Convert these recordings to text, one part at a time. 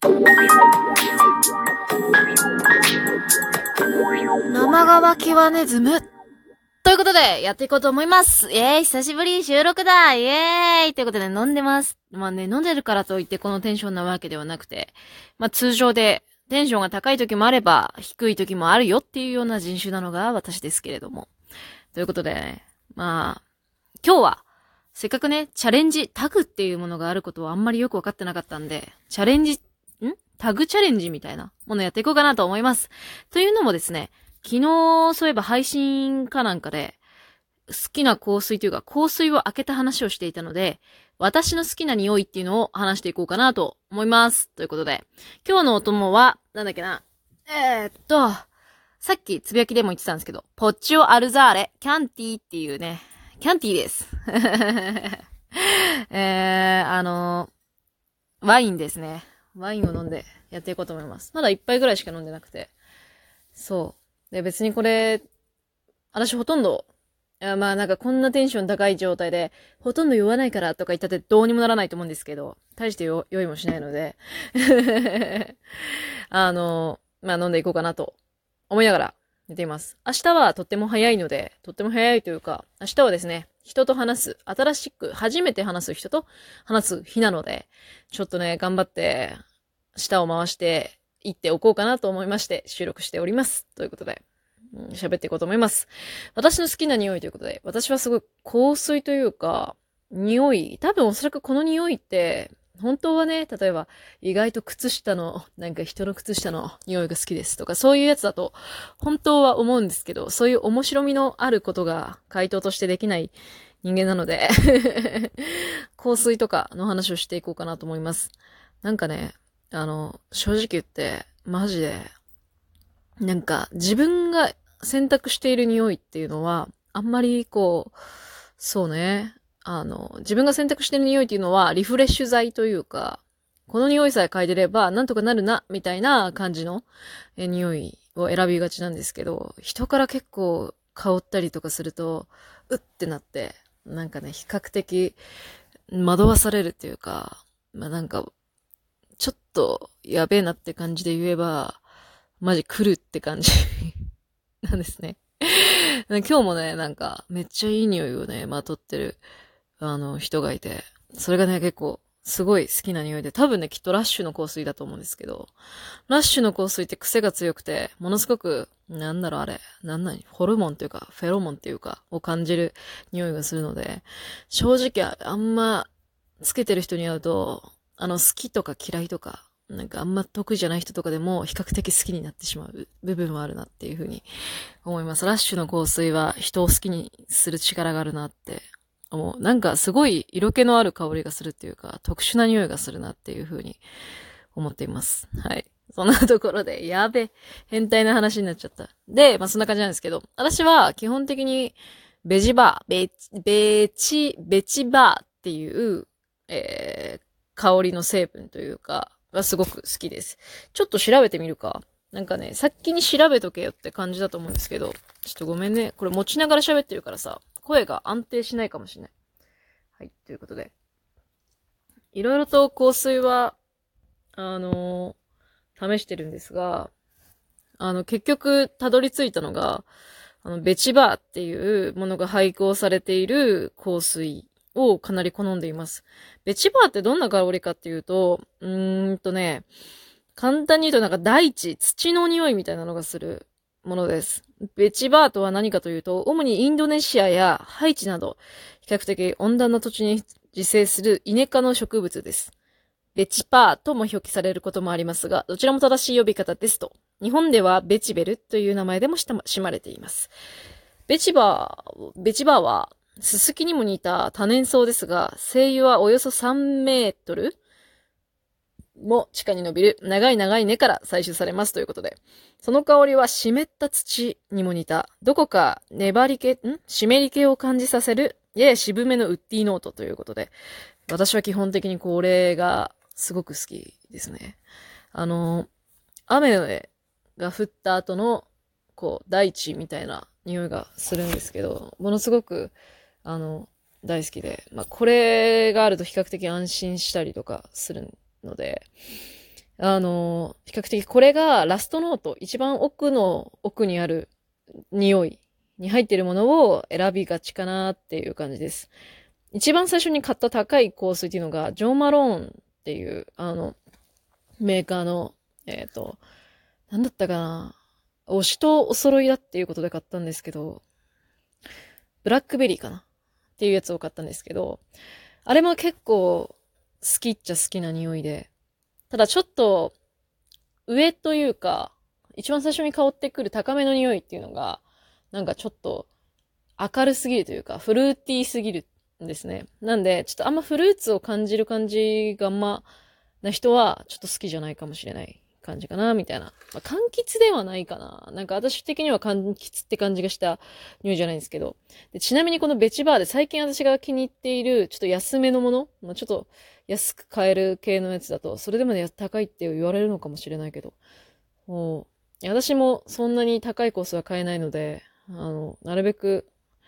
生乾きはねずむ。ということで、やっていこうと思います。久しぶり収録だイエーイということで飲んでます。まあね、飲んでるからといってこのテンションなわけではなくて、まあ通常でテンションが高い時もあれば、低い時もあるよっていうような人種なのが私ですけれども。ということでね、まあ、今日は、せっかくね、チャレンジタグっていうものがあることをあんまりよくわかってなかったんで、タグチャレンジみたいなものやっていこうかなと思います。というのもですね、昨日、そういえば配信かなんかで、好きな香水というか、香水を開けた話をしていたので、私の好きな匂いっていうのを話していこうかなと思います。ということで、今日のお供は、なんだっけな。さっきつぶやきでも言ってたんですけど、ポッチオアルザーレ、キャンティーっていうね、キャンティーです。ワインですね。ワインを飲んでやっていこうと思います。まだ一杯ぐらいしか飲んでなくて。そう。で、別にこれ、私ほとんど、まあなんかこんなテンション高い状態で、ほとんど酔わないからとか言ったってどうにもならないと思うんですけど、大して酔いもしないので、まあ飲んでいこうかなと思いながら寝ています。明日はとっても早いので、とっても早いというか、明日はですね、人と話す、新しく初めて話す人と話す日なので、ちょっとね、頑張って、舌を回して行っておこうかなと思いまして収録しております。ということで、喋っていこうと思います。私の好きな匂いということで、私はすごい香水というか、匂い、多分おそらくこの匂いって、本当はね、例えば、意外となんか人の靴下の匂いが好きですとか、そういうやつだと、本当は思うんですけど、そういう面白みのあることが回答としてできない人間なので、香水とかの話をしていこうかなと思います。なんかね、正直言って、マジで、なんか、自分が選択している匂いっていうのは、あんまりそうね、自分が選択している匂いっていうのは、リフレッシュ剤というか、この匂いさえ嗅いでれば、なんとかなるな、みたいな感じの匂いを選びがちなんですけど、人から結構香ったりとかすると、うってなって、なんかね、比較的惑わされるっていうか、まあなんか、ちょっとやべえなって感じで言えば、マジ来るって感じなんですね。今日もね、なんか、めっちゃいい匂いをね、まとってる、人がいて、それがね、結構、すごい好きな匂いで、多分ね、きっとラッシュの香水だと思うんですけど、ラッシュの香水って癖が強くて、ものすごく、なんだろうあれ、ホルモンっていうか、フェロモンっていうか、を感じる匂いがするので、正直あんま、つけてる人に会うと、好きとか嫌いとか、なんかあんま得意じゃない人とかでも比較的好きになってしまう部分はあるなっていうふうに思います。ラッシュの香水は人を好きにする力があるなって思う。なんかすごい色気のある香りがするっていうか、特殊な匂いがするなっていうふうに思っています。はい。そんなところで、やべ、変態な話になっちゃった。で、まあそんな感じなんですけど、私は基本的にベチバーっていう、香りの成分というか、はすごく好きです。ちょっと調べてみるか。なんかね、先に調べとけよって感じだと思うんですけど、ちょっとごめんね。これ持ちながら喋ってるからさ、声が安定しないかもしれない。はい、ということで。いろいろと香水は、試してるんですが、結局、たどり着いたのが、ベチバーっていうものが配合されている香水をかなり好んでいます。ベチバーってどんな香りかっていうと、簡単に言うとなんか大地、土の匂いみたいなのがするものです。ベチバーとは何かというと、主にインドネシアやハイチなど、比較的温暖な土地に自生するイネ科の植物です。ベチパーとも表記されることもありますが、どちらも正しい呼び方ですと。日本ではベチベルという名前でも親まれています。ベチバーは、ススキにも似た多年草ですが、生油はおよそ3メートルも地下に伸びる長い根から採取されますということで、その香りは湿った土にも似た、どこか湿り気を感じさせる、やや渋めのウッディノートということで、私は基本的にこれがすごく好きですね。雨が降った後の、大地みたいな匂いがするんですけど、ものすごく、大好きで、まあ、これがあると比較的安心したりとかするので、 比較的これがラストノート、一番奥の奥にある匂いに入っているものを選びがちかなっていう感じです。一番最初に買った高い香水っていうのが、ジョン・マローンっていう、メーカーの、なんだったかな。推しとお揃いだっていうことで買ったんですけど、ブラックベリーかなっていうやつを買ったんですけど、あれも結構好きっちゃ好きな匂いで、ただちょっと上というか、一番最初に香ってくる高めの匂いっていうのが、なんかちょっと明るすぎるというか、フルーティーすぎるんですね。なんで、ちょっとあんまフルーツを感じる感じがな人は、ちょっと好きじゃないかもしれない感じかな、みたいな。まあ、柑橘ではないかな。なんか私的には柑橘って感じがした匂いじゃないんですけど。でちなみにこのベチバーで最近私が気に入っている、ちょっと安めのもの、まあ、ちょっと安く買える系のやつだと、それでもね、高いって言われるのかもしれないけど。もう、私もそんなに高いコースは買えないので、なるべく、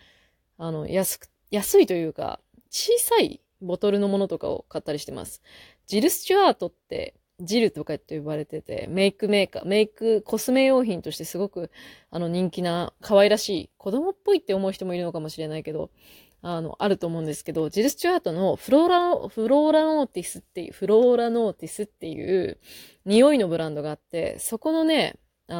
安いというか、小さいボトルのものとかを買ったりしてます。ジル・スチュアートって、ジルとかって呼ばれてて、メイクメーカー、メイク、コスメ用品としてすごく、人気な、可愛らしい、子供っぽいって思う人もいるのかもしれないけど、あると思うんですけど、ジル・スチュアートのフローラノーティスっていう匂いのブランドがあって、そこのね、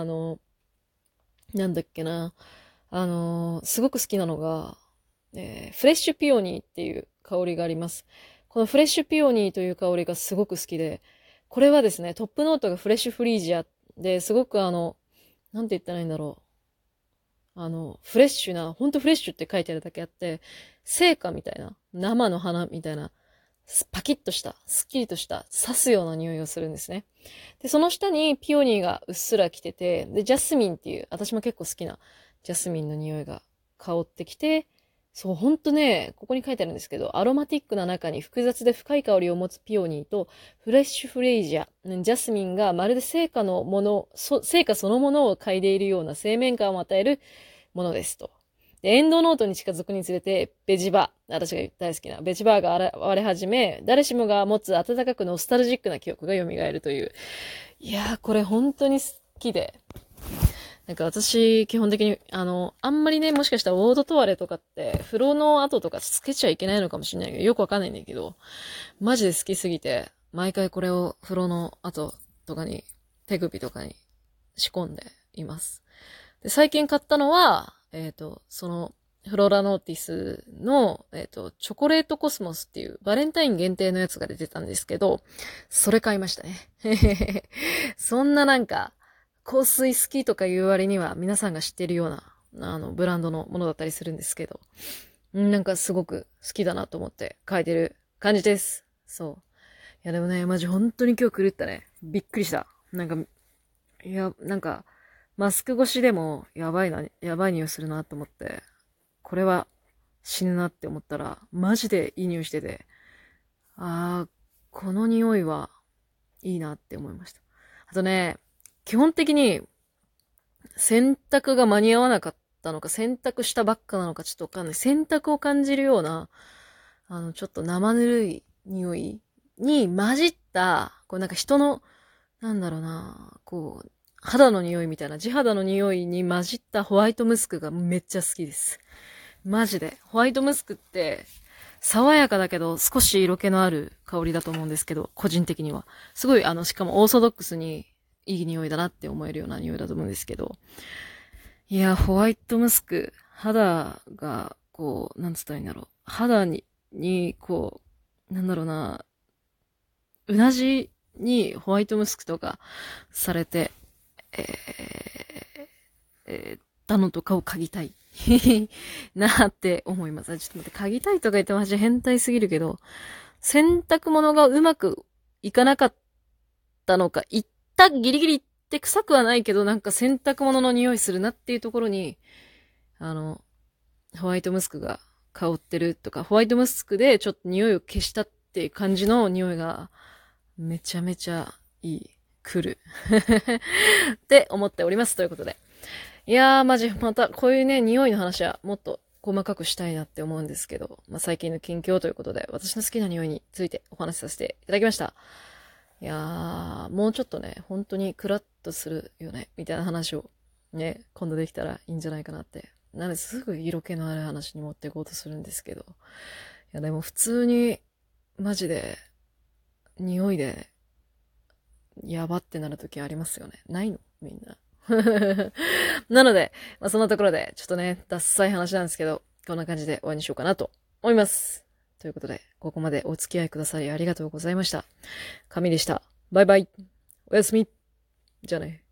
なんだっけな、すごく好きなのが、フレッシュピオニーっていう香りがあります。このフレッシュピオニーという香りがすごく好きで、これはですね、トップノートがフレッシュフリージアで、すごくなんて言ったらいいんだろう。フレッシュな、ほんとフレッシュって書いてあるだけあって、成果みたいな、生の花みたいな、パキッとした、スッキリとした、刺すような匂いがするんですね。で、その下にピオニーがうっすら来てて、で、ジャスミンっていう、私も結構好きなジャスミンの匂いが香ってきて、そう、ほんとね、ここに書いてあるんですけど、アロマティックな中に複雑で深い香りを持つピオニーと、フレッシュフレイジャ、ジャスミンがまるで成果のもの、成果そのものを嗅いでいるような生命感を与えるものですと。で、エンドノートに近づくにつれて、ベジバー、私が大好きなベジバーが現れ始め、誰しもが持つ温かくノスタルジックな記憶が蘇るという。いやー、これ本当に好きで。なんか私、基本的に、あんまりね、もしかしたらオードトワレとかって、風呂の後とかつけちゃいけないのかもしれないけど、よくわかんないんだけど、マジで好きすぎて、毎回これを風呂の後とかに、手首とかに仕込んでいます。で、最近買ったのは、その、フローラノーティスの、チョコレートコスモスっていうバレンタイン限定のやつが出てたんですけど、それ買いましたね。そんななんか、香水好きとか言う割には皆さんが知っているような、ブランドのものだったりするんですけど、なんかすごく好きだなと思って書いてる感じです。そう。いやでもね、マジ本当に今日狂ったね。びっくりした。なんか、いや、なんか、マスク越しでもやばい匂いするなと思って、これは死ぬなって思ったら、マジでいい匂いしてて、この匂いはいいなって思いました。あとね、基本的に洗濯が間に合わなかったのか、洗濯したばっかなのかちょっとわかんない。洗濯を感じるような、ちょっと生ぬるい匂いに混じった、こうなんか人の、なんだろうな、こう、肌の匂いみたいな、地肌の匂いに混じったホワイトムスクがめっちゃ好きです。マジで。ホワイトムスクって、爽やかだけど少し色気のある香りだと思うんですけど、個人的には。すごい、しかもオーソドックスにいい匂いだなって思えるような匂いだと思うんですけど。いや、ホワイトムスク、肌が、こう、なんつったらいいんだろう。肌に、こう、なんだろうな、うなじにホワイトムスクとかされて、たのとかを嗅ぎたい。なって思います。ちょっと待って、嗅ぎたいとか言ってマジ変態すぎるけど、洗濯物がうまくいかなかったのか、ギリギリって臭くはないけど、なんか洗濯物の匂いするなっていうところに、ホワイトムスクが香ってるとか、ホワイトムスクでちょっと匂いを消したっていう感じの匂いが、めちゃめちゃいい。来る。って思っております。ということで。いやー、マジ、また、こういうね、匂いの話はもっと細かくしたいなって思うんですけど、まあ、最近の近況ということで、私の好きな匂いについてお話しさせていただきました。 いやー、もうちょっとね、本当にクラッとするよね、みたいな話をね、今度できたらいいんじゃないかなって。なのですぐ色気のある話に持っていこうとするんですけど。いや、でも普通に、マジで、匂いで、やばってなるときありますよね。ないのみんな。なので、まあ、そんなところで、ちょっとね、ダッサい話なんですけど、こんな感じで終わりにしようかなと思います。ということで、ここまでお付き合いくださりありがとうございました。神でした。バイバイ。おやすみ。じゃあね。